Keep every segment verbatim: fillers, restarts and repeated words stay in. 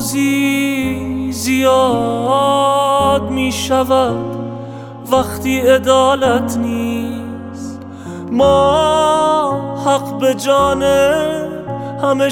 قاضی زیاد می شود وقتی عدالت نیست. ما حق به جان همه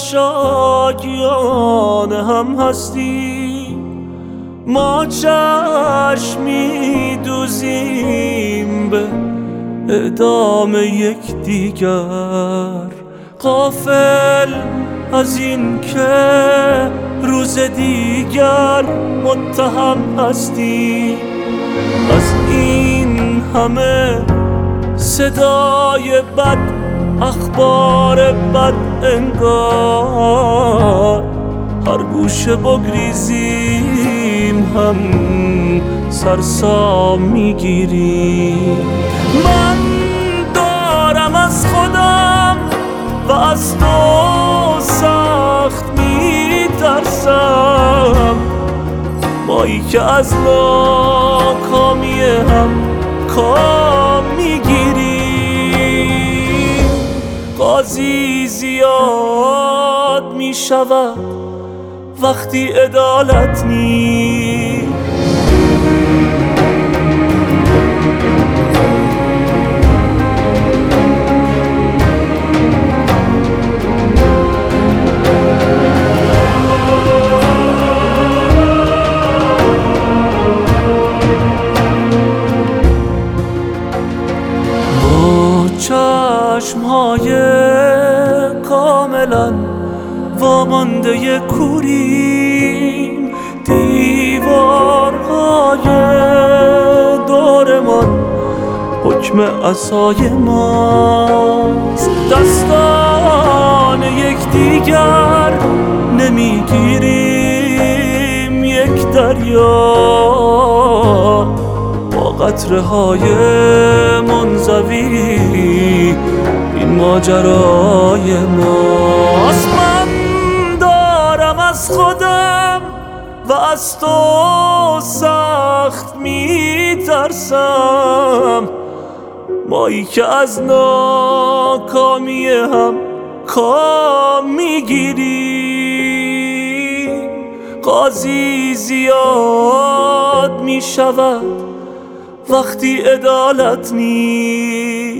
شاکیان هم هستیم. ما چشم می دوزیم به اعدام یک دیگر، غافل از این که روز دیگر متهم هستی. از این همه صدای بد، اخبار بد انگار هر گوشه بگریزیم هم سرسام میگیریم. من دارم از خودم و از تو سخت میترسم، مایی که از ناکامی هم کام میگیریم. قاضی زیاد میشود وقتی عدالت نیست. چشمهای کاملا وامانده کوریم، دیوارهای دورمان حکم عصای ماست. دستان یکدیگر نمیگیریم یک دریا، با قطره های منزوی این ماجرای ماست. من دارم از خودم و از تو سخت میترسم، مایی که از ناکامی هم کام میگیریم. قاضی زیاد میشود وقتی عدالت نیست.